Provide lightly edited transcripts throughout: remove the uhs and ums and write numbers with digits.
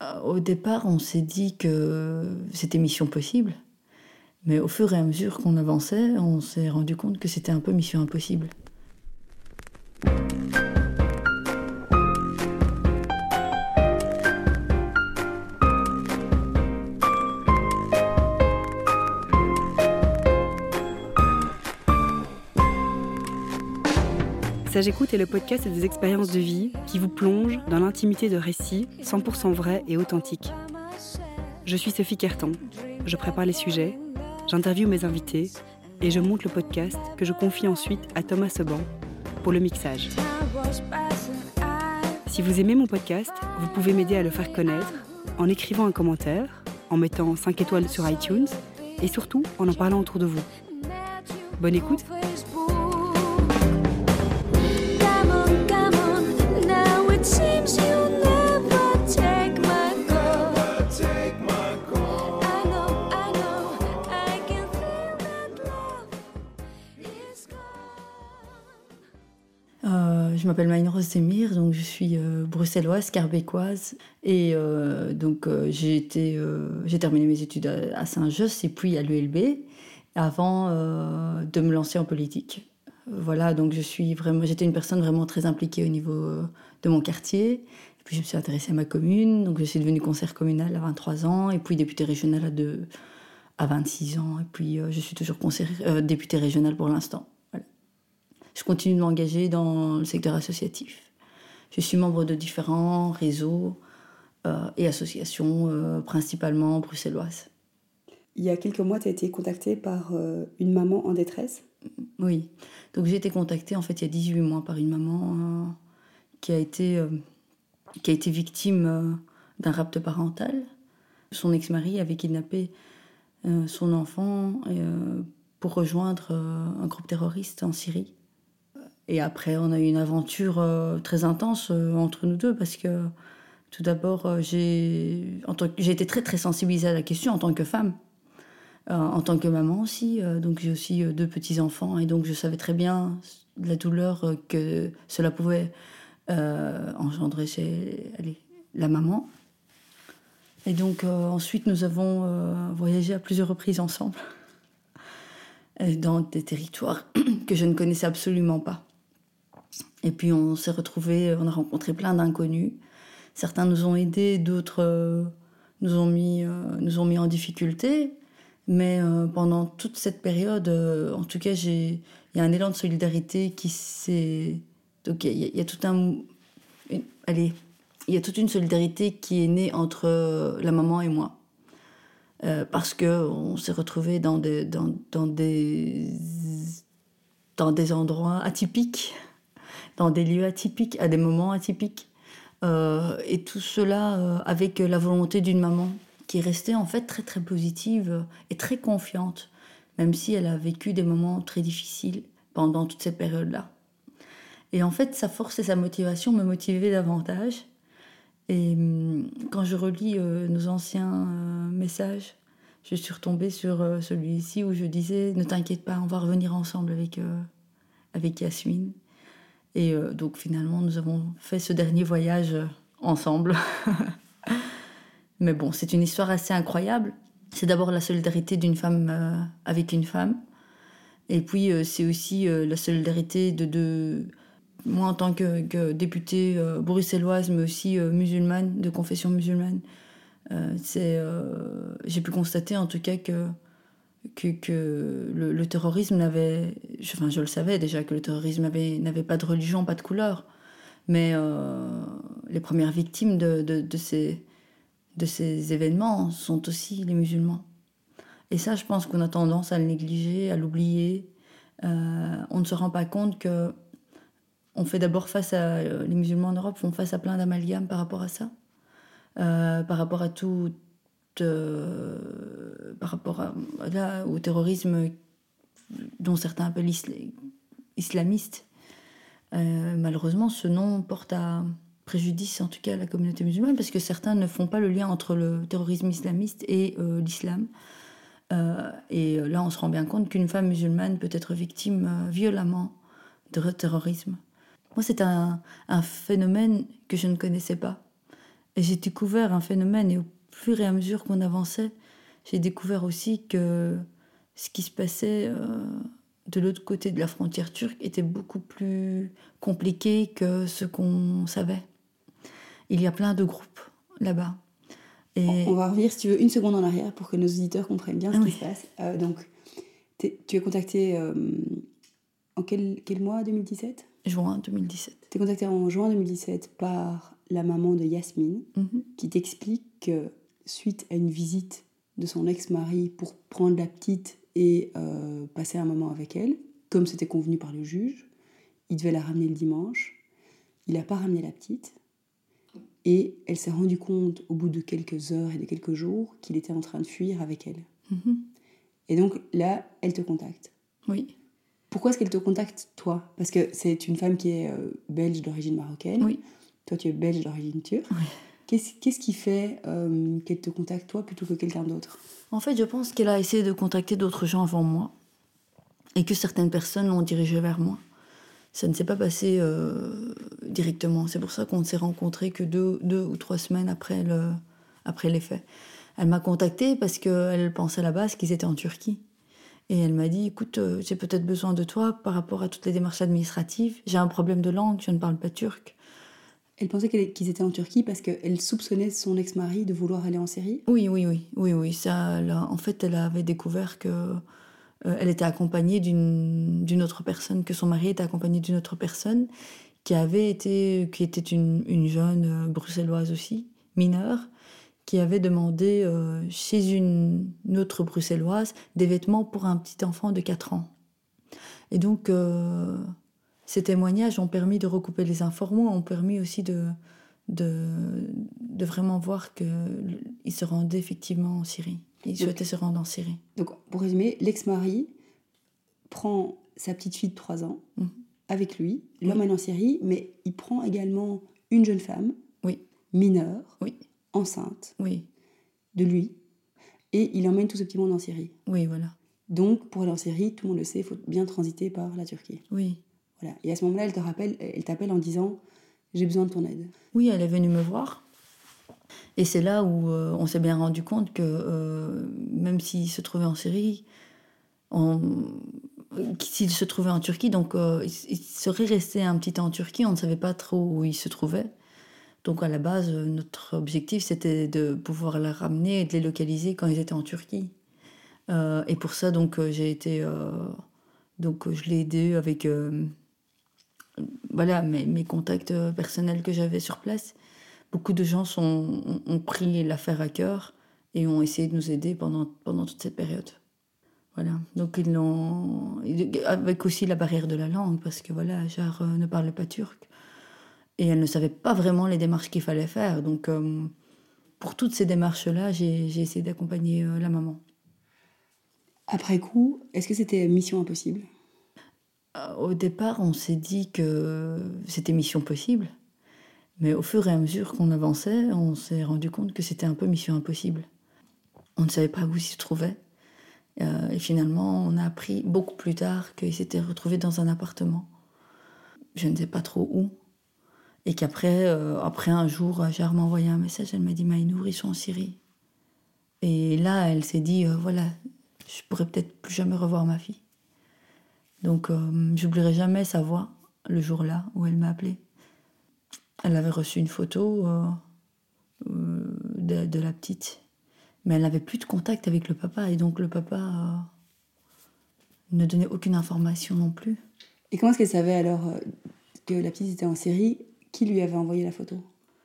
Au départ, on s'est dit que c'était mission possible, mais au fur et à mesure qu'on avançait, on s'est rendu compte que c'était un peu mission impossible. Sage Écoute est le podcast des expériences de vie qui vous plonge dans l'intimité de récits 100% vrais et authentiques. Je suis Sophie Kertan, je prépare les sujets, j'interviewe mes invités et je monte le podcast que je confie ensuite à Thomas Seban pour le mixage. Si vous aimez mon podcast, vous pouvez m'aider à le faire connaître en écrivant un commentaire, en mettant 5 étoiles sur iTunes et surtout en parlant autour de vous. Bonne écoute! Je m'appelle Maïne-Rose Demir, donc je suis bruxelloise, québécoise, et j'ai terminé mes études à Saint-Just et puis à l'ULB avant de me lancer en politique. Voilà, donc j'étais une personne vraiment très impliquée au niveau de mon quartier. Et puis je me suis intéressée à ma commune, donc je suis devenue conseillère communale à 23 ans, et puis députée régionale à 26 ans, et puis je suis toujours députée régionale pour l'instant. Voilà. Je continue de m'engager dans le secteur associatif. Je suis membre de différents réseaux et associations, principalement bruxelloises. Il y a quelques mois, tu as été contactée par une maman en détresse. Oui, donc j'ai été contactée en fait il y a 18 mois par une maman qui a été victime d'un rapt parental. Son ex-mari avait kidnappé son enfant pour rejoindre un groupe terroriste en Syrie. Et après, on a eu une aventure très intense entre nous deux parce que tout d'abord, j'ai été très très sensibilisée à la question en tant que femme. En tant que maman aussi, donc j'ai aussi 2 petits-enfants et donc je savais très bien la douleur que cela pouvait engendrer chez la maman. Et donc ensuite nous avons voyagé à plusieurs reprises ensemble dans des territoires que je ne connaissais absolument pas. Et puis on s'est retrouvés, on a rencontré plein d'inconnus. Certains nous ont aidés, d'autres nous ont mis en difficulté. Mais pendant toute cette période, en tout cas, il y a un élan de solidarité qui s'est... Donc il y a toute une solidarité qui est née entre la maman et moi. Parce qu'on s'est retrouvés dans des endroits atypiques, dans des lieux atypiques, à des moments atypiques. Et tout cela avec la volonté d'une maman qui est restée en fait très très positive et très confiante, même si elle a vécu des moments très difficiles pendant toute cette période-là. Et en fait, sa force et sa motivation me motivaient davantage. Et quand je relis nos anciens messages, je suis retombée sur celui-ci où je disais « Ne t'inquiète pas, on va revenir ensemble avec Yasmine ». Et donc finalement, nous avons fait ce dernier voyage ensemble. Mais bon, c'est une histoire assez incroyable. C'est d'abord la solidarité d'une femme avec une femme. Et puis, c'est aussi la solidarité de moi en tant que députée bruxelloise, mais aussi musulmane, de confession musulmane. J'ai pu constater en tout cas que le terrorisme n'avait... je le savais déjà que le terrorisme n'avait pas de religion, pas de couleur. Mais les premières victimes de ces événements sont aussi les musulmans. Et ça, je pense qu'on a tendance à le négliger, à l'oublier. On ne se rend pas compte que on fait d'abord les musulmans en Europe font face à plein d'amalgames par rapport à ça. Par rapport à tout... par rapport au terrorisme dont certains appellent islamiste. Malheureusement, ce nom porte à préjudice, en tout cas, à la communauté musulmane, parce que certains ne font pas le lien entre le terrorisme islamiste et l'islam. Et là, on se rend bien compte qu'une femme musulmane peut être victime violemment de terrorisme. Moi, c'est un phénomène que je ne connaissais pas. Et j'ai découvert un phénomène, et au fur et à mesure qu'on avançait, j'ai découvert aussi que ce qui se passait de l'autre côté de la frontière turque était beaucoup plus compliqué que ce qu'on savait. Il y a plein de groupes là-bas. Et... On va revenir, si tu veux, une seconde en arrière pour que nos auditeurs comprennent bien ce qui se passe. Donc, tu es contacté en quel mois 2017 ? Juin 2017. Tu es contacté en juin 2017 par la maman de Yasmine, qui t'explique que suite à une visite de son ex-mari pour prendre la petite et passer un moment avec elle, comme c'était convenu par le juge, il devait la ramener le dimanche. Il n'a pas ramené la petite. Et elle s'est rendue compte, au bout de quelques heures et de quelques jours, qu'il était en train de fuir avec elle. Et donc là, elle te contacte. Oui. Pourquoi est-ce qu'elle te contacte, toi ? Parce que c'est une femme qui est belge d'origine marocaine. Oui. Toi, tu es belge d'origine turque. Oui. Qu'est-ce qui fait qu'elle te contacte, toi, plutôt que quelqu'un d'autre ? En fait, je pense qu'elle a essayé de contacter d'autres gens avant moi. Et que certaines personnes l'ont dirigée vers moi. Ça ne s'est pas passé directement. C'est pour ça qu'on ne s'est rencontrés que 2 ou 3 semaines après les faits. Elle m'a contactée parce qu'elle pensait à la base qu'ils étaient en Turquie. Et elle m'a dit, écoute, j'ai peut-être besoin de toi par rapport à toutes les démarches administratives. J'ai un problème de langue, je ne parle pas turc. Elle pensait qu'ils étaient en Turquie parce qu'elle soupçonnait son ex-mari de vouloir aller en Syrie ? Oui. Ça, là, en fait, elle avait découvert que... elle était accompagnée d'une autre personne, que son mari était accompagné d'une autre personne qui était une jeune bruxelloise aussi, mineure, qui avait demandé chez une autre bruxelloise des vêtements pour un petit enfant de 4 ans. Et donc, ces témoignages ont permis de recouper les informations, ont permis aussi de vraiment voir qu'il se rendait effectivement en Syrie. Il souhaitait se rendre en Syrie. Donc, pour résumer, l'ex-mari prend sa petite fille de 3 ans avec lui. L'homme est en Syrie, mais il prend également une jeune femme, mineure, enceinte, de lui, et il emmène tout ce petit monde en Syrie. Oui, voilà. Donc, pour aller en Syrie, tout le monde le sait, il faut bien transiter par la Turquie. Oui. Voilà. Et à ce moment-là, elle t'appelle en disant « J'ai besoin de ton aide ». Oui, elle est venue me voir. Et c'est là où on s'est bien rendu compte que même s'il se trouvait en Syrie, s'il se trouvait en Turquie, donc il serait resté un petit temps en Turquie, on ne savait pas trop où il se trouvait. Donc à la base, notre objectif, c'était de pouvoir la ramener et de les localiser quand ils étaient en Turquie. Et pour ça, donc, donc je l'ai aidé avec mes contacts personnels que j'avais sur place. Beaucoup de gens ont pris l'affaire à cœur et ont essayé de nous aider pendant toute cette période. Voilà. Donc ils l'ont... Avec aussi la barrière de la langue, parce que voilà, Jar ne parlait pas turc. Et elle ne savait pas vraiment les démarches qu'il fallait faire. Donc pour toutes ces démarches-là, j'ai essayé d'accompagner la maman. Après coup, est-ce que c'était mission impossible ? Au départ, on s'est dit que c'était mission possible. Mais au fur et à mesure qu'on avançait, on s'est rendu compte que c'était un peu mission impossible. On ne savait pas où il se trouvait. Et finalement, on a appris beaucoup plus tard qu'il s'était retrouvé dans un appartement. Je ne sais pas trop où. Et qu'après, après un jour, Jar m'a envoyé un message. Elle m'a dit « Maïnour, ils sont en Syrie ». Et là, elle s'est dit voilà, je pourrais peut-être plus jamais revoir ma fille. Donc, j'oublierai jamais sa voix le jour-là où elle m'a appelée. Elle avait reçu une photo de la petite. Mais elle n'avait plus de contact avec le papa. Et donc le papa ne donnait aucune information non plus. Et comment est-ce qu'elle savait alors que la petite était en Syrie ? Qui lui avait envoyé la photo ?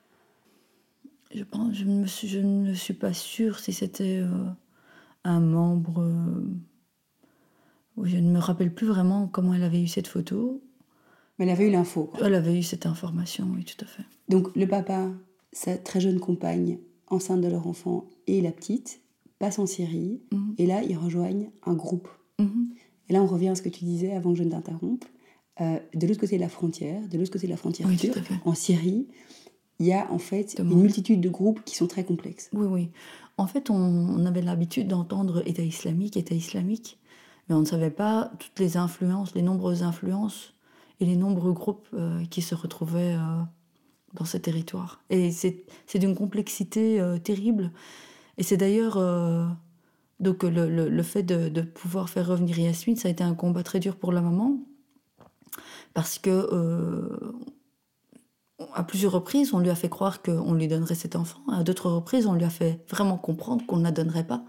Je ne suis pas sûre si c'était un membre... je ne me rappelle plus vraiment comment elle avait eu cette photo. Mais elle avait eu l'info, quoi. Elle avait eu cette information, oui, tout à fait. Donc le papa, sa très jeune compagne, enceinte de leur enfant, et la petite, passent en Syrie. Et là, ils rejoignent un groupe. Et là, on revient à ce que tu disais avant que je ne t'interrompe. De l'autre côté de la frontière, oui, turque, en Syrie, il y a en fait une multitude de groupes qui sont très complexes. Oui. En fait, on avait l'habitude d'entendre État islamique, mais on ne savait pas toutes les influences, les nombreuses influences et les nombreux groupes qui se retrouvaient dans ce territoire. Et c'est d'une complexité terrible. Et c'est d'ailleurs... donc le fait de pouvoir faire revenir Yasmine, ça a été un combat très dur pour la maman. Parce que... à plusieurs reprises, on lui a fait croire qu'on lui donnerait cet enfant. À d'autres reprises, on lui a fait vraiment comprendre qu'on ne la donnerait pas.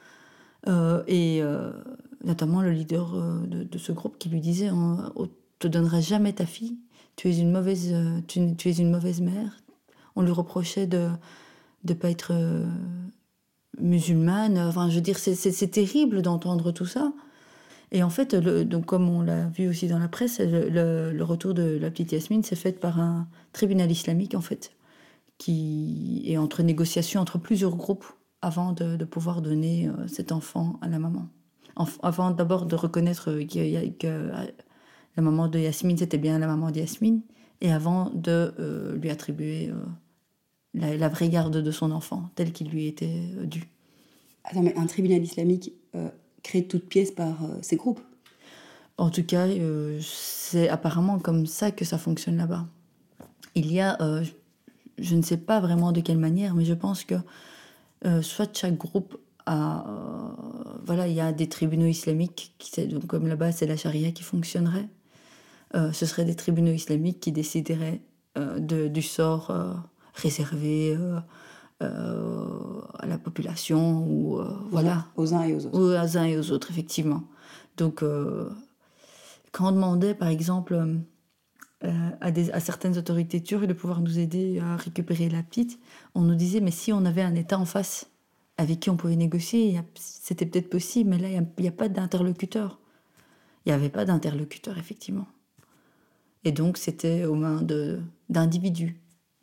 Notamment le leader de ce groupe qui lui disait on ne te donnera jamais ta fille, tu es une mauvaise mère. On lui reprochait de ne pas être musulmane. Enfin, je veux dire, c'est terrible d'entendre tout ça. Et en fait, donc comme on l'a vu aussi dans la presse, le retour de la petite Yasmine s'est fait par un tribunal islamique, en fait, qui est entre négociations entre plusieurs groupes avant de pouvoir donner cet enfant à la maman. Avant d'abord de reconnaître que la maman de Yasmine, c'était bien la maman de Yasmine, et avant de lui attribuer la vraie garde de son enfant, telle qu'il lui était due. Attends, mais un tribunal islamique créé de toutes pièces par ces groupes? En tout cas, c'est apparemment comme ça que ça fonctionne là-bas. Il y a, je ne sais pas vraiment de quelle manière, mais je pense que soit chaque groupe a... voilà, il y a des tribunaux islamiques, donc comme là-bas c'est la charia qui fonctionnerait. Ce seraient des tribunaux islamiques qui décideraient du sort réservé à la population ou voilà, aux uns et aux autres. Aux uns et aux autres, effectivement. Donc, quand on demandait, par exemple, à certaines autorités turques de pouvoir nous aider à récupérer la petite, on nous disait, mais si on avait un État en face avec qui on pouvait négocier, c'était peut-être possible, mais là, il n'y a pas d'interlocuteur. Il n'y avait pas d'interlocuteur, effectivement. Et donc, c'était aux mains d'individus.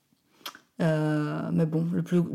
Mais bon,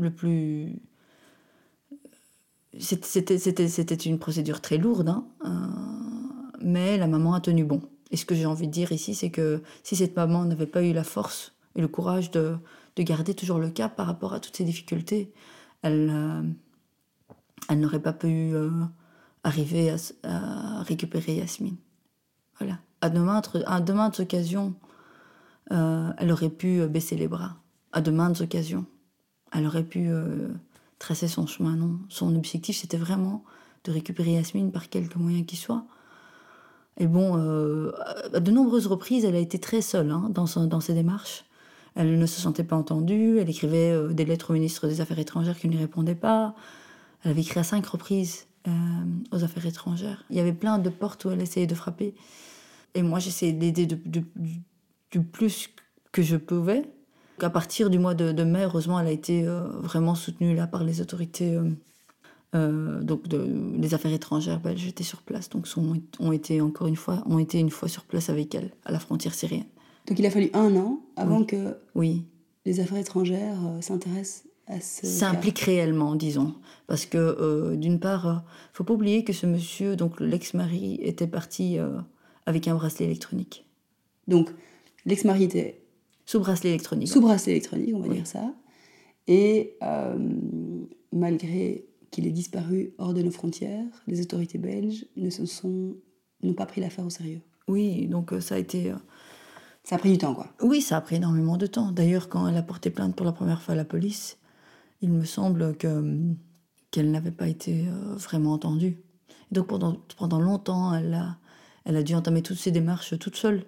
c'était une procédure très lourde, hein, mais la maman a tenu bon. Et ce que j'ai envie de dire ici, c'est que si cette maman n'avait pas eu la force et le courage de garder toujours le cap par rapport à toutes ces difficultés, elle n'aurait pas pu arriver à récupérer Yasmine. Voilà. À de maintes occasions, elle aurait pu baisser les bras. À de maintes occasions, elle aurait pu tracer son chemin. Non, son objectif, c'était vraiment de récupérer Yasmine par quelque moyen qu'il soit. Et bon, à de nombreuses reprises, elle a été très seule dans ses démarches. Elle ne se sentait pas entendue, elle écrivait des lettres au ministre des Affaires étrangères qui ne lui répondait pas. Elle avait écrit à 5 reprises aux Affaires étrangères. Il y avait plein de portes où elle essayait de frapper. Et moi, j'essayais d'aider du plus que je pouvais. À partir du mois de mai, heureusement, elle a été vraiment soutenue là, par les autorités donc les affaires étrangères belges étaient sur place. Donc ont été une fois sur place avec elle, à la frontière syrienne. Donc il a fallu 1 an avant que oui. les affaires étrangères s'intéressent à ce Ça cas. implique réellement, disons. Parce que, d'une part, faut pas oublier que ce monsieur, donc l'ex-mari, était parti avec un bracelet électronique. Donc l'ex-mari était... Sous bracelet électronique. Sous bracelet électronique, on va dire ça. Et malgré qu'il est disparu hors de nos frontières, les autorités belges n'ont pas pris l'affaire au sérieux. Oui, donc ça a été... Ça a pris du temps, quoi. Oui, ça a pris énormément de temps. D'ailleurs, quand elle a porté plainte pour la première fois à la police, il me semble qu'elle n'avait pas été vraiment entendue. Et donc pendant longtemps, elle a dû entamer toutes ses démarches toute seule.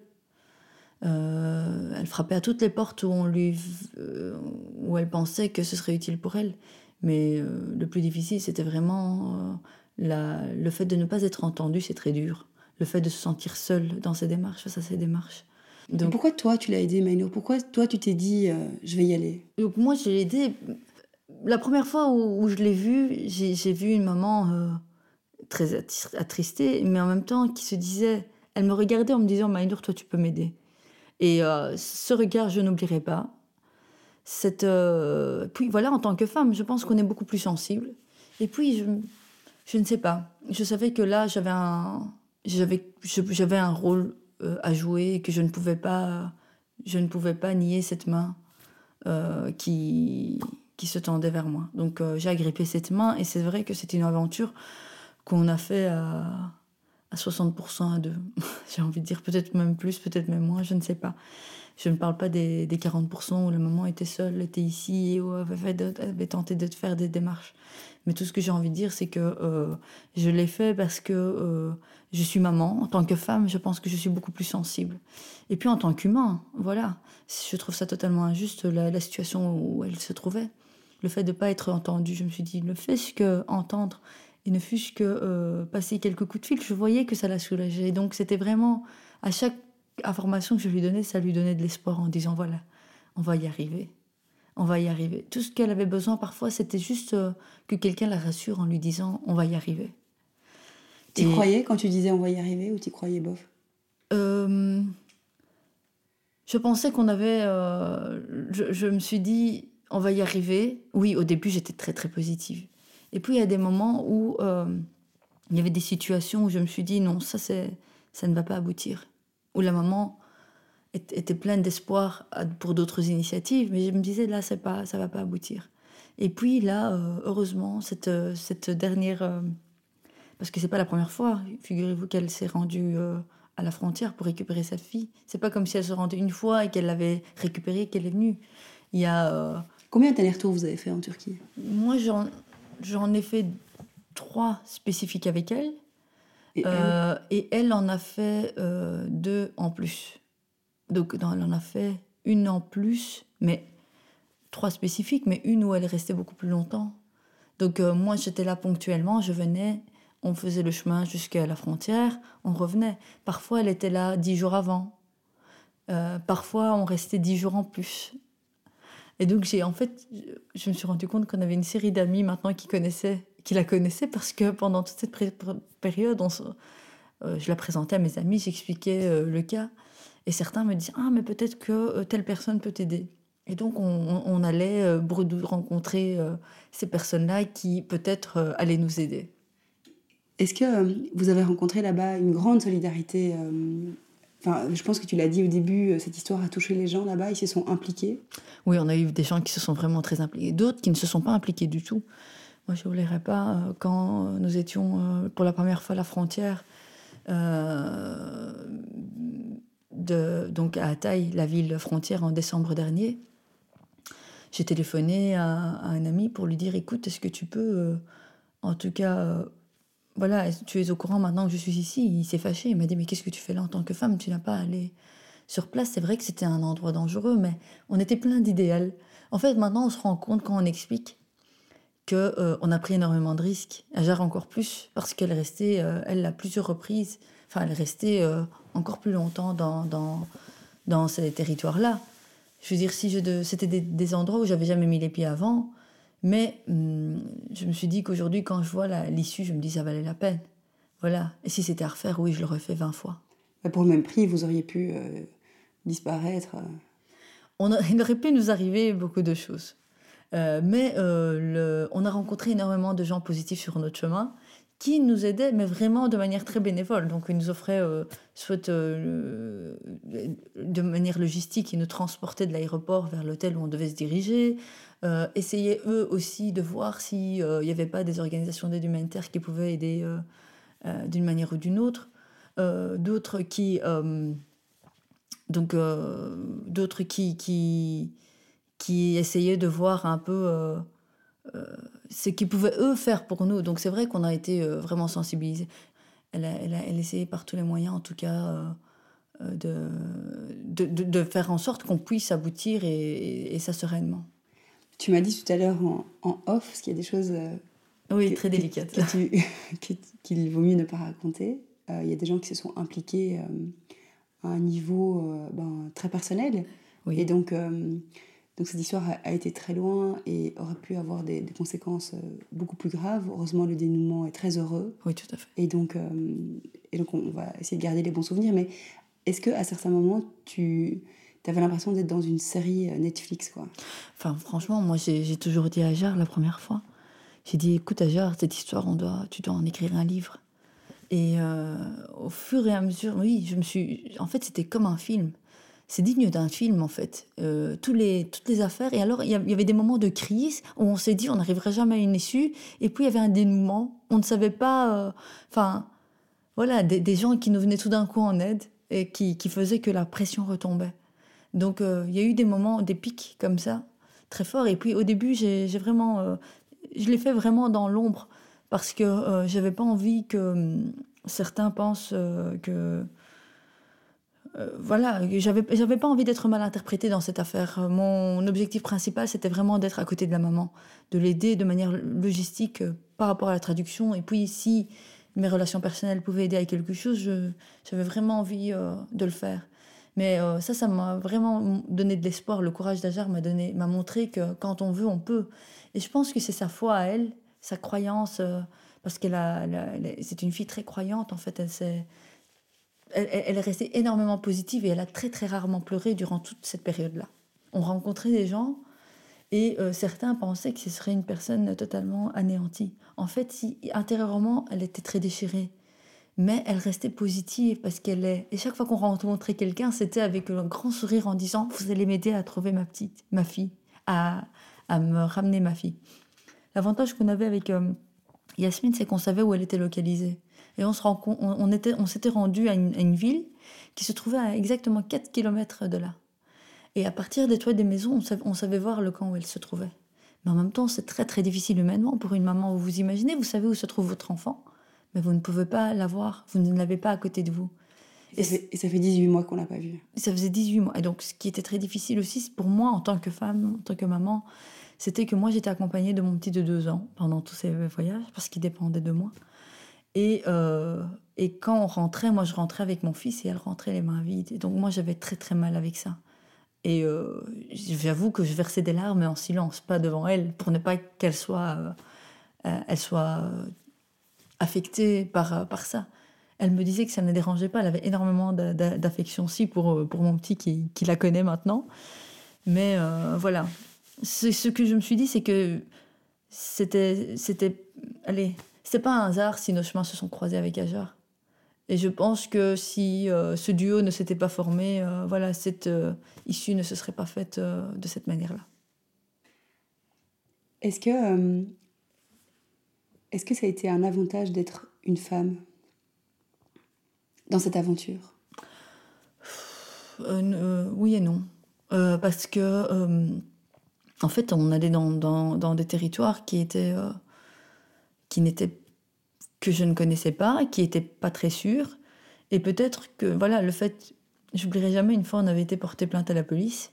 Elle frappait à toutes les portes où elle pensait que ce serait utile pour elle. Mais le plus difficile, c'était vraiment le fait de ne pas être entendue, c'est très dur. Le fait de se sentir seule dans ses démarches, face à ses démarches. Donc, pourquoi toi, tu l'as aidée, Maïnour? Pourquoi toi, tu t'es dit, je vais y aller? Donc moi, je l'ai aidée. La première fois où je l'ai vue, j'ai vu une maman très attristée, mais en même temps qui se disait... Elle me regardait en me disant, Maïnour, toi, tu peux m'aider. Et ce regard, je n'oublierai pas. Puis voilà, en tant que femme, je pense qu'on est beaucoup plus sensible. Et puis, je ne sais pas. Je savais que là, j'avais un rôle à jouer et que je ne pouvais pas nier cette main qui se tendait vers moi. Donc, j'ai agrippé cette main et c'est vrai que c'était une aventure qu'on a fait à 60% à deux. J'ai envie de dire peut-être même plus, peut-être même moins, je ne sais pas. Je ne parle pas des 40% où la maman était seule, était ici et où avait tenté de faire des démarches. Mais tout ce que j'ai envie de dire, c'est que je l'ai fait parce que je suis maman. En tant que femme, je pense que je suis beaucoup plus sensible. Et puis en tant qu'humain, voilà. Je trouve ça totalement injuste, la situation où elle se trouvait. Le fait de ne pas être entendue, je me suis dit, ne fût-ce qu'entendre et ne fût-ce que passer quelques coups de fil, je voyais que ça la soulageait. Donc c'était vraiment, à chaque information que je lui donnais, ça lui donnait de l'espoir en disant, voilà, on va y arriver. On va y arriver. Tout ce qu'elle avait besoin parfois, c'était juste que quelqu'un la rassure en lui disant, on va y arriver. T'y croyais quand tu disais on va y arriver ou t'y croyais bof? Je pensais qu'on avait... je me suis dit, on va y arriver. Oui, au début, j'étais très, très positive. Et puis, il y a des moments où il y avait des situations où je me suis dit, non, ça ne va pas aboutir. Où la maman était pleine d'espoir pour d'autres initiatives, mais je me disais, là, ça va pas aboutir. Et puis, là, heureusement, cette dernière... parce que c'est pas la première fois. Figurez-vous qu'elle s'est rendue à la frontière pour récupérer sa fille. C'est pas comme si elle se rendait une fois et qu'elle l'avait récupérée et qu'elle est venue. Il y a... Combien d'allers-retours vous avez fait en Turquie? Moi, j'en ai fait 3 spécifiques avec elle. Et elle en a fait 2 en plus. Donc, elle en a fait une en plus, mais 3 spécifiques, mais une où elle est restée beaucoup plus longtemps. Donc, moi, j'étais là ponctuellement, je venais... On faisait le chemin jusqu'à la frontière, on revenait. Parfois, elle était là 10 jours avant. Parfois, on restait 10 jours en plus. Et donc, je me suis rendu compte qu'on avait une série d'amis maintenant qui la connaissaient parce que pendant toute cette période, je la présentais à mes amis, j'expliquais le cas. Et certains me disaient « Ah, mais peut-être que telle personne peut t'aider ». Et donc, on allait rencontrer ces personnes-là qui, peut-être, allaient nous aider. Est-ce que vous avez rencontré là-bas une grande solidarité je pense que tu l'as dit au début, cette histoire a touché les gens là-bas, ils se sont impliqués. Oui, on a eu des gens qui se sont vraiment très impliqués, d'autres qui ne se sont pas impliqués du tout. Moi, je n'oublierai pas quand nous étions pour la première fois à la frontière, donc à Hatay, la ville frontière, en décembre dernier. J'ai téléphoné à un ami pour lui dire « Écoute, est-ce que tu peux, en tout cas... voilà, tu es au courant maintenant que je suis ici ?» Il s'est fâché, il m'a dit « Mais qu'est-ce que tu fais là en tant que femme? Tu n'as pas à aller sur place. » C'est vrai que c'était un endroit dangereux, mais on était plein d'idéal. En fait, maintenant, on se rend compte quand on explique qu'on a pris énormément de risques. Ajar encore plus, parce qu'elle restait, elle, à plusieurs reprises, elle restait encore plus longtemps dans ces territoires-là. Je veux dire, c'était des endroits où j'avais jamais mis les pieds avant. Mais je me suis dit qu'aujourd'hui, quand je vois l'issue, je me dis ça valait la peine. Voilà. Et si c'était à refaire, oui, je l'aurais fait 20 fois. Pour le même prix, vous auriez pu disparaître. Il aurait pu nous arriver beaucoup de choses. Mais on a rencontré énormément de gens positifs sur notre chemin qui nous aidaient, mais vraiment de manière très bénévole. Donc, ils nous offraient, soit de manière logistique, ils nous transportaient de l'aéroport vers l'hôtel où on devait se diriger. Essayaient eux aussi de voir s'il n'y avait pas des organisations d'aide humanitaire qui pouvaient aider d'une manière ou d'une autre. D'autres qui essayaient de voir un peu ce qu'ils pouvaient eux faire pour nous. Donc c'est vrai qu'on a été vraiment sensibilisés. Elle essayait par tous les moyens, en tout cas, de faire en sorte qu'on puisse aboutir et ça sereinement. Tu m'as dit tout à l'heure en off, parce qu'il y a des choses oui, très délicates qu'il vaut mieux ne pas raconter. Il y a des gens qui se sont impliqués à un niveau très personnel. Oui. Et donc cette histoire a été très loin et aurait pu avoir des conséquences beaucoup plus graves. Heureusement, le dénouement est très heureux. Oui, tout à fait. Et donc on va essayer de garder les bons souvenirs. Mais est-ce qu'à certains moments, tu avais l'impression d'être dans une série Netflix, quoi? Franchement, moi, j'ai toujours dit à Ajar la première fois. J'ai dit, écoute, Ajar, cette histoire, tu dois en écrire un livre. Et au fur et à mesure, oui, en fait, c'était comme un film. C'est digne d'un film, en fait. Toutes les affaires. Et alors, il y avait des moments de crise où on s'est dit, on n'arriverait jamais à une issue. Et puis, il y avait un dénouement. On ne savait pas... voilà, des gens qui nous venaient tout d'un coup en aide et qui faisaient que la pression retombait. Donc, il y a eu des moments, des pics comme ça, très forts. Et puis, au début, j'ai vraiment... je l'ai fait vraiment dans l'ombre, parce que j'avais pas envie que certains pensent que... voilà, j'avais pas envie d'être mal interprétée dans cette affaire. Mon objectif principal, c'était vraiment d'être à côté de la maman, de l'aider de manière logistique par rapport à la traduction. Et puis, si mes relations personnelles pouvaient aider à quelque chose, j'avais vraiment envie de le faire. Mais ça m'a vraiment donné de l'espoir. Le courage d'Ajar m'a montré que quand on veut, on peut. Et je pense que c'est sa foi à elle, sa croyance, parce c'est une fille très croyante, en fait. Elle est restée énormément positive et elle a très très rarement pleuré durant toute cette période-là. On rencontrait des gens et certains pensaient que ce serait une personne totalement anéantie. En fait, intérieurement, elle était très déchirée. Mais elle restait positive parce qu'elle est... Et chaque fois qu'on rencontrait quelqu'un, c'était avec un grand sourire en disant « Vous allez m'aider à trouver ma fille, à me ramener ma fille. » L'avantage qu'on avait avec Yasmine, c'est qu'on savait où elle était localisée. Et on s'était rendu à une ville qui se trouvait à exactement 4 km de là. Et à partir des toits des maisons, on savait voir le camp où elle se trouvait. Mais en même temps, c'est très très difficile humainement pour une maman. Vous imaginez, vous savez où se trouve votre enfant, mais vous ne pouvez pas la voir, vous ne l'avez pas à côté de vous. Et ça fait 18 mois qu'on l'a pas vue. Ça faisait 18 mois. Et donc, ce qui était très difficile aussi, pour moi, en tant que femme, en tant que maman, c'était que moi, j'étais accompagnée de mon petit de 2 ans pendant tous ces voyages, parce qu'il dépendait de moi. Et quand on rentrait, moi, je rentrais avec mon fils et elle rentrait les mains vides. Et donc, moi, j'avais très, très mal avec ça. Et j'avoue que je versais des larmes, mais en silence, pas devant elle, pour ne pas qu'elle soit affectée par ça. Elle me disait que ça ne la dérangeait pas. Elle avait énormément d'affection aussi pour mon petit qui la connaît maintenant. Mais voilà. Ce que je me suis dit, c'est que allez, c'est pas un hasard si nos chemins se sont croisés avec Ajar. Et je pense que si ce duo ne s'était pas formé, voilà, cette issue ne se serait pas faite de cette manière-là. Est-ce que ça a été un avantage d'être une femme dans cette aventure ? Oui et non. Parce que, en fait, on allait dans des territoires que je ne connaissais pas, qui n'étaient pas très sûrs. Et peut-être que, voilà, le fait... J'oublierai jamais, une fois, on avait été porter plainte à la police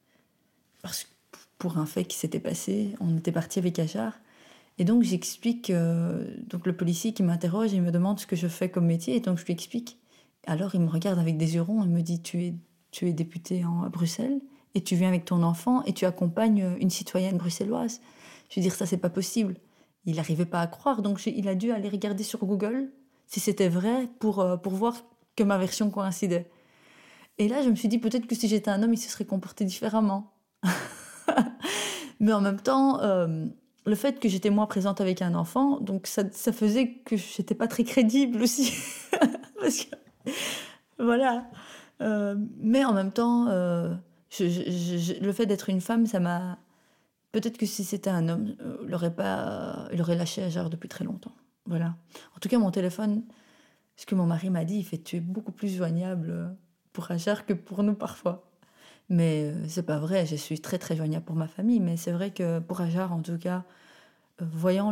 pour un fait qui s'était passé. On était parti avec Ajar. Et donc, j'explique... donc, le policier qui m'interroge, il me demande ce que je fais comme métier. Et donc, je lui explique. Alors, il me regarde avec des yeux ronds. Il me dit, tu es député à Bruxelles et tu viens avec ton enfant et tu accompagnes une citoyenne bruxelloise. Je veux dire, ça, c'est pas possible. Il n'arrivait pas à croire, donc il a dû aller regarder sur Google si c'était vrai pour voir que ma version coïncidait. Et là, je me suis dit, peut-être que si j'étais un homme, il se serait comporté différemment. Mais en même temps, le fait que j'étais moins présente avec un enfant, donc ça faisait que j'étais pas très crédible aussi. Parce que, voilà. Mais en même temps, le fait d'être une femme, ça m'a... Peut-être que si c'était un homme, il aurait lâché Ajar depuis très longtemps. Voilà. En tout cas, mon téléphone, ce que mon mari m'a dit, il fait tu es beaucoup plus joignable pour Ajar que pour nous parfois. Mais c'est pas vrai, je suis très très joignable pour ma famille, mais c'est vrai que pour Ajar, en tout cas, voyant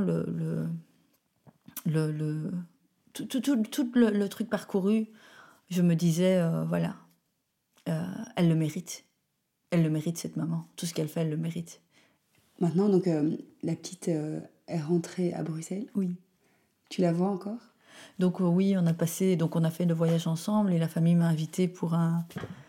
tout le truc parcouru, je me disais, voilà, elle le mérite. Elle le mérite, cette maman. Tout ce qu'elle fait, elle le mérite. Maintenant, donc, la petite est rentrée à Bruxelles. Oui. Tu la vois encore ? Donc oui, on a fait le voyage ensemble et la famille m'a invitée pour un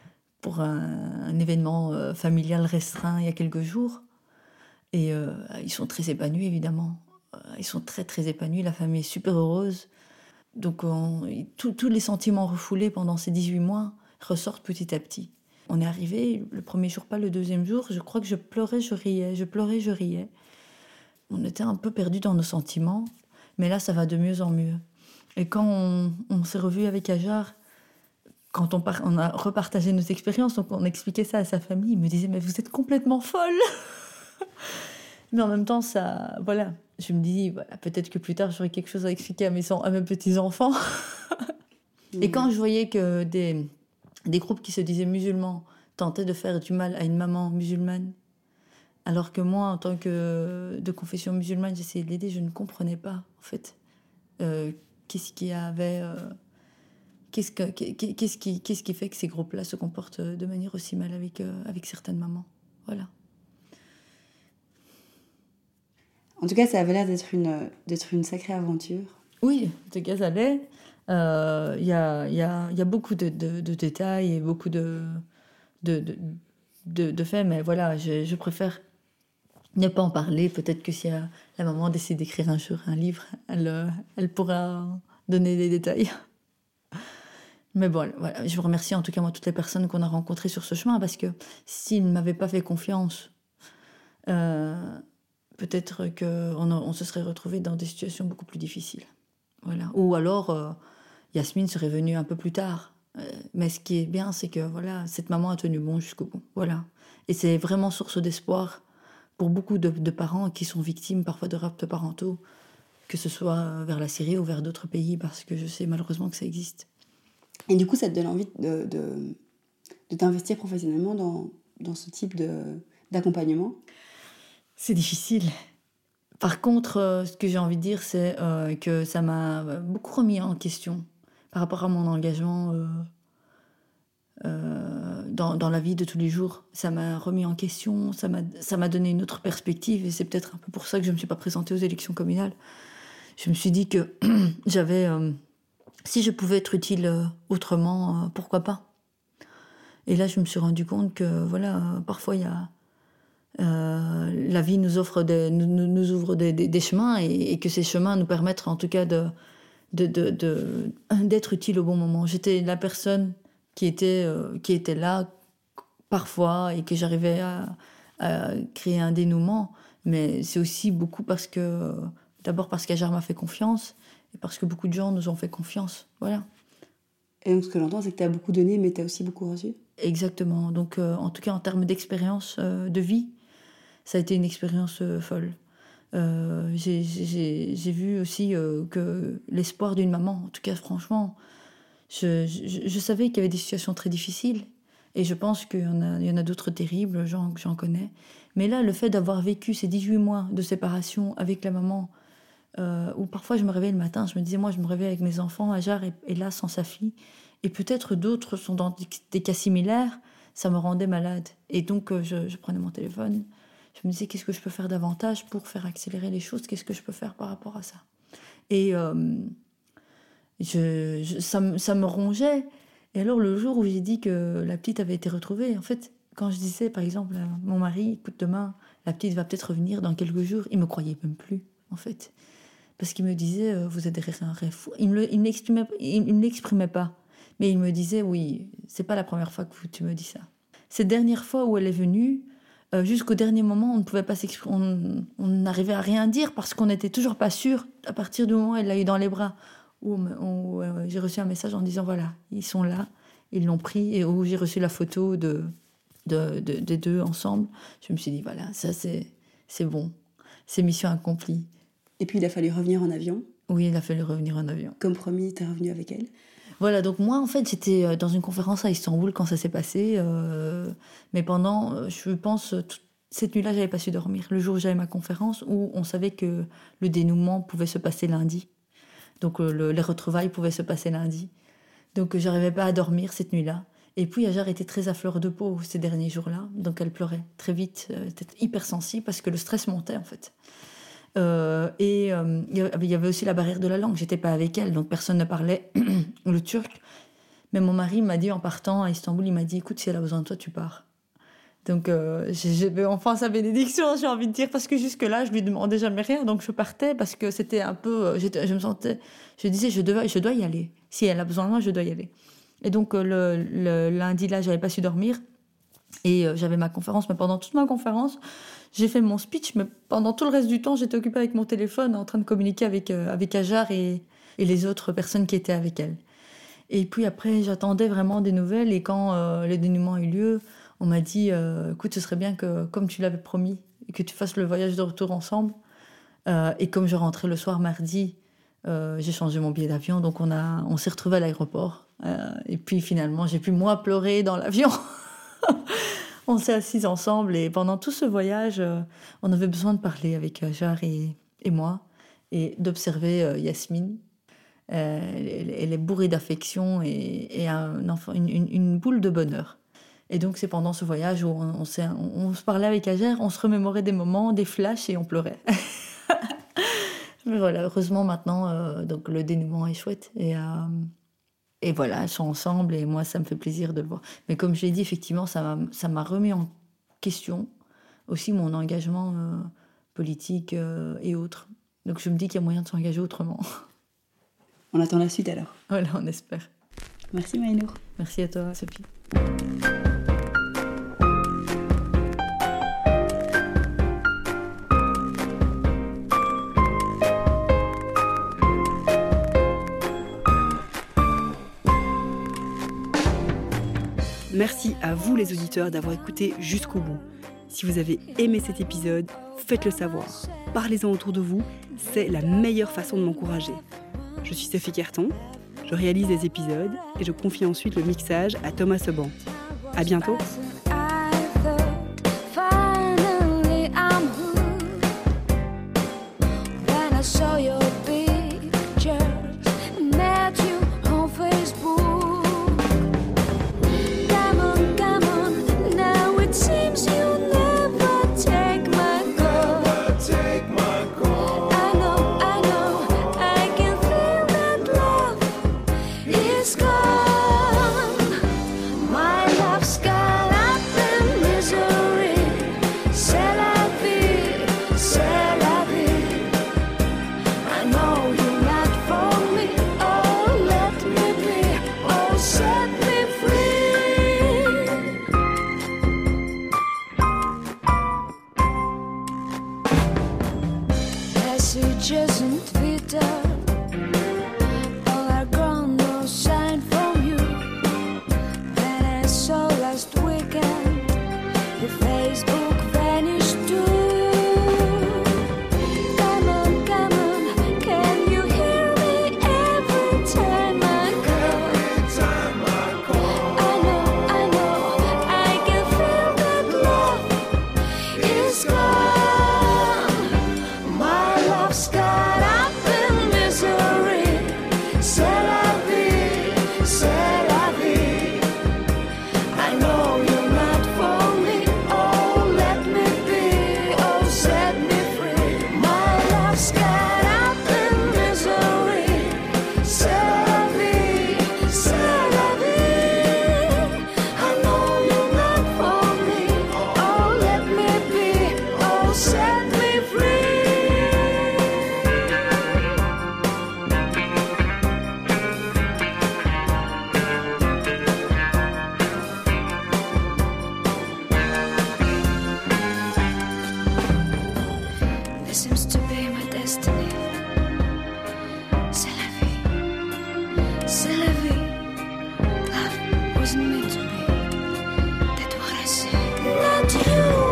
événement familial restreint il y a quelques jours. Et ils sont très épanouis, évidemment. Ils sont très, très épanouis. La famille est super heureuse. Donc tous les sentiments refoulés pendant ces 18 mois ressortent petit à petit. On est arrivé, le premier jour, pas le deuxième jour, je crois que je pleurais, je riais, je pleurais, je riais. On était un peu perdus dans nos sentiments, mais là, ça va de mieux en mieux. Et quand on s'est revus avec Ajar, quand on a repartagé nos expériences, donc on expliquait ça à sa famille, il me disait « Mais vous êtes complètement folle !» Mais en même temps, ça, voilà, je me dis, voilà, peut-être que plus tard, j'aurai quelque chose à expliquer à mes petits-enfants. Et quand je voyais que des groupes qui se disaient musulmans tentait de faire du mal à une maman musulmane. Alors que moi, en tant que de confession musulmane, j'essayais de l'aider, je ne comprenais pas, en fait. Qu'est-ce qui avait... qu'est-ce qui fait que ces groupes-là se comportent de manière aussi mal avec certaines mamans. Voilà. En tout cas, ça avait l'air d'être une sacrée aventure. Oui, en tout cas, ça l'est. Il y a beaucoup de détails et beaucoup de faits, mais voilà, je préfère ne pas en parler. Peut-être que si la maman décide d'écrire un jour un livre, elle pourra donner des détails. Mais bon, voilà, je vous remercie en tout cas moi toutes les personnes qu'on a rencontrées sur ce chemin, parce que s'ils ne m'avaient pas fait confiance, peut-être qu'on se serait retrouvés dans des situations beaucoup plus difficiles. Voilà. Ou alors, Yasmine serait venue un peu plus tard. Mais ce qui est bien, c'est que voilà, cette maman a tenu bon jusqu'au bout. Voilà. Et c'est vraiment source d'espoir pour beaucoup de parents qui sont victimes parfois de rapts parentaux, que ce soit vers la Syrie ou vers d'autres pays, parce que je sais malheureusement que ça existe. Et du coup, ça te donne envie de t'investir professionnellement dans ce type d'accompagnement ? C'est difficile. Par contre, ce que j'ai envie de dire, c'est que ça m'a beaucoup remis en question par rapport à mon engagement dans la vie de tous les jours. Ça m'a remis en question, ça m'a donné une autre perspective, et c'est peut-être un peu pour ça que je ne me suis pas présentée aux élections communales. Je me suis dit que j'avais... si je pouvais être utile autrement, pourquoi pas ? Et là, je me suis rendu compte que, voilà, parfois, il y a... la vie nous ouvre des chemins, et que ces chemins nous permettent en tout cas d'être utile au bon moment. J'étais la personne qui était là parfois, et que j'arrivais à créer un dénouement, mais c'est aussi beaucoup d'abord parce qu'Ajar m'a fait confiance, et parce que beaucoup de gens nous ont fait confiance. Voilà. Et donc ce que j'entends, c'est que tu as beaucoup donné, mais tu as aussi beaucoup reçu ? Exactement. Donc en tout cas en termes d'expérience de vie, ça a été une expérience folle. J'ai vu aussi que l'espoir d'une maman, en tout cas franchement, je savais qu'il y avait des situations très difficiles, et je pense qu'il y en a d'autres terribles, que j'en connais. Mais là, le fait d'avoir vécu ces 18 mois de séparation avec la maman, où parfois je me réveillais le matin, je me disais, moi je me réveille avec mes enfants, Ajar est là sans sa fille, et peut-être d'autres sont dans des cas similaires, ça me rendait malade. Et donc je prenais mon téléphone, je me disais, qu'est-ce que je peux faire davantage pour faire accélérer les choses, qu'est-ce que je peux faire par rapport à ça. Et ça me rongeait. Et alors le jour où j'ai dit que la petite avait été retrouvée, en fait, quand je disais par exemple à mon mari, écoute, demain la petite va peut-être revenir dans quelques jours, il me croyait même plus, en fait, parce qu'il me disait, vous êtes derrière un rêve fou. Il ne l'exprimait pas, mais il me disait, oui, c'est pas la première fois que tu me dis ça. Cette dernière fois où elle est venue, jusqu'au dernier moment, on ne pouvait pas s'exprimer, on n'arrivait à rien dire, parce qu'on n'était toujours pas sûr. À partir du moment où elle l'a eu dans les bras, où j'ai reçu un message en disant, voilà, ils sont là, ils l'ont pris, et où j'ai reçu la photo des deux ensemble, je me suis dit, voilà, ça c'est bon, c'est mission accomplie. Et puis il a fallu revenir en avion ? Oui, il a fallu revenir en avion. Comme promis, t'es revenu avec elle ? Voilà, donc moi, en fait, j'étais dans une conférence à Istanbul quand ça s'est passé. Mais pendant, je pense, cette nuit-là, j'avais pas su dormir. Le jour où j'avais ma conférence, où on savait que le dénouement pouvait se passer lundi. Donc les retrouvailles pouvaient se passer lundi. Donc j'arrivais pas à dormir cette nuit-là. Et puis Ajar était très à fleur de peau ces derniers jours-là. Donc elle pleurait très vite. Elle était hyper sensible parce que le stress montait, en fait. Il y avait aussi la barrière de la langue. J'étais pas avec elle, donc personne ne parlait le turc. Mais mon mari m'a dit, en partant à Istanbul, il m'a dit, écoute, si elle a besoin de toi, tu pars. Donc j'avais enfin sa bénédiction, j'ai envie de dire, parce que jusque-là, je lui demandais jamais rien, donc je partais parce que c'était un peu, je disais, je dois y aller. Si elle a besoin de moi, je dois y aller. Et donc le lundi là, j'avais pas su dormir, et j'avais ma conférence. Mais pendant toute ma conférence, j'ai fait mon speech, mais pendant tout le reste du temps, j'étais occupée avec mon téléphone, en train de communiquer avec Ajar et les autres personnes qui étaient avec elle. Et puis après, j'attendais vraiment des nouvelles, et quand le dénouement a eu lieu, on m'a dit, écoute, ce serait bien que, comme tu l'avais promis, que tu fasses le voyage de retour ensemble. Et comme je rentrais le soir mardi, j'ai changé mon billet d'avion, donc on s'est retrouvés à l'aéroport. Et puis finalement, j'ai pu moi pleurer dans l'avion On s'est assis ensemble et pendant tout ce voyage, on avait besoin de parler avec Hajar et moi et d'observer Yasmine. Elle est bourrée d'affection et un enfant, une boule de bonheur. Et donc c'est pendant ce voyage où on se parlait avec Hajar, on se remémorait des moments, des flashs et on pleurait. Mais voilà, heureusement maintenant, donc le dénouement est chouette et voilà, elles sont ensemble et moi ça me fait plaisir de le voir. Mais comme je l'ai dit, effectivement, ça m'a remis en question aussi mon engagement politique et autres. Donc je me dis qu'il y a moyen de s'engager autrement. On attend la suite alors. Voilà, on espère. Merci Maïnour. Merci à toi, Sophie. Merci à vous les auditeurs d'avoir écouté jusqu'au bout. Si vous avez aimé cet épisode, faites-le savoir. Parlez-en autour de vous, c'est la meilleure façon de m'encourager. Je suis Sophie Querton, je réalise les épisodes et je confie ensuite le mixage à Thomas Seban. À bientôt. Seems to be my destiny. C'est la vie, c'est la vie. Love wasn't meant to be. That's what I said. Not you.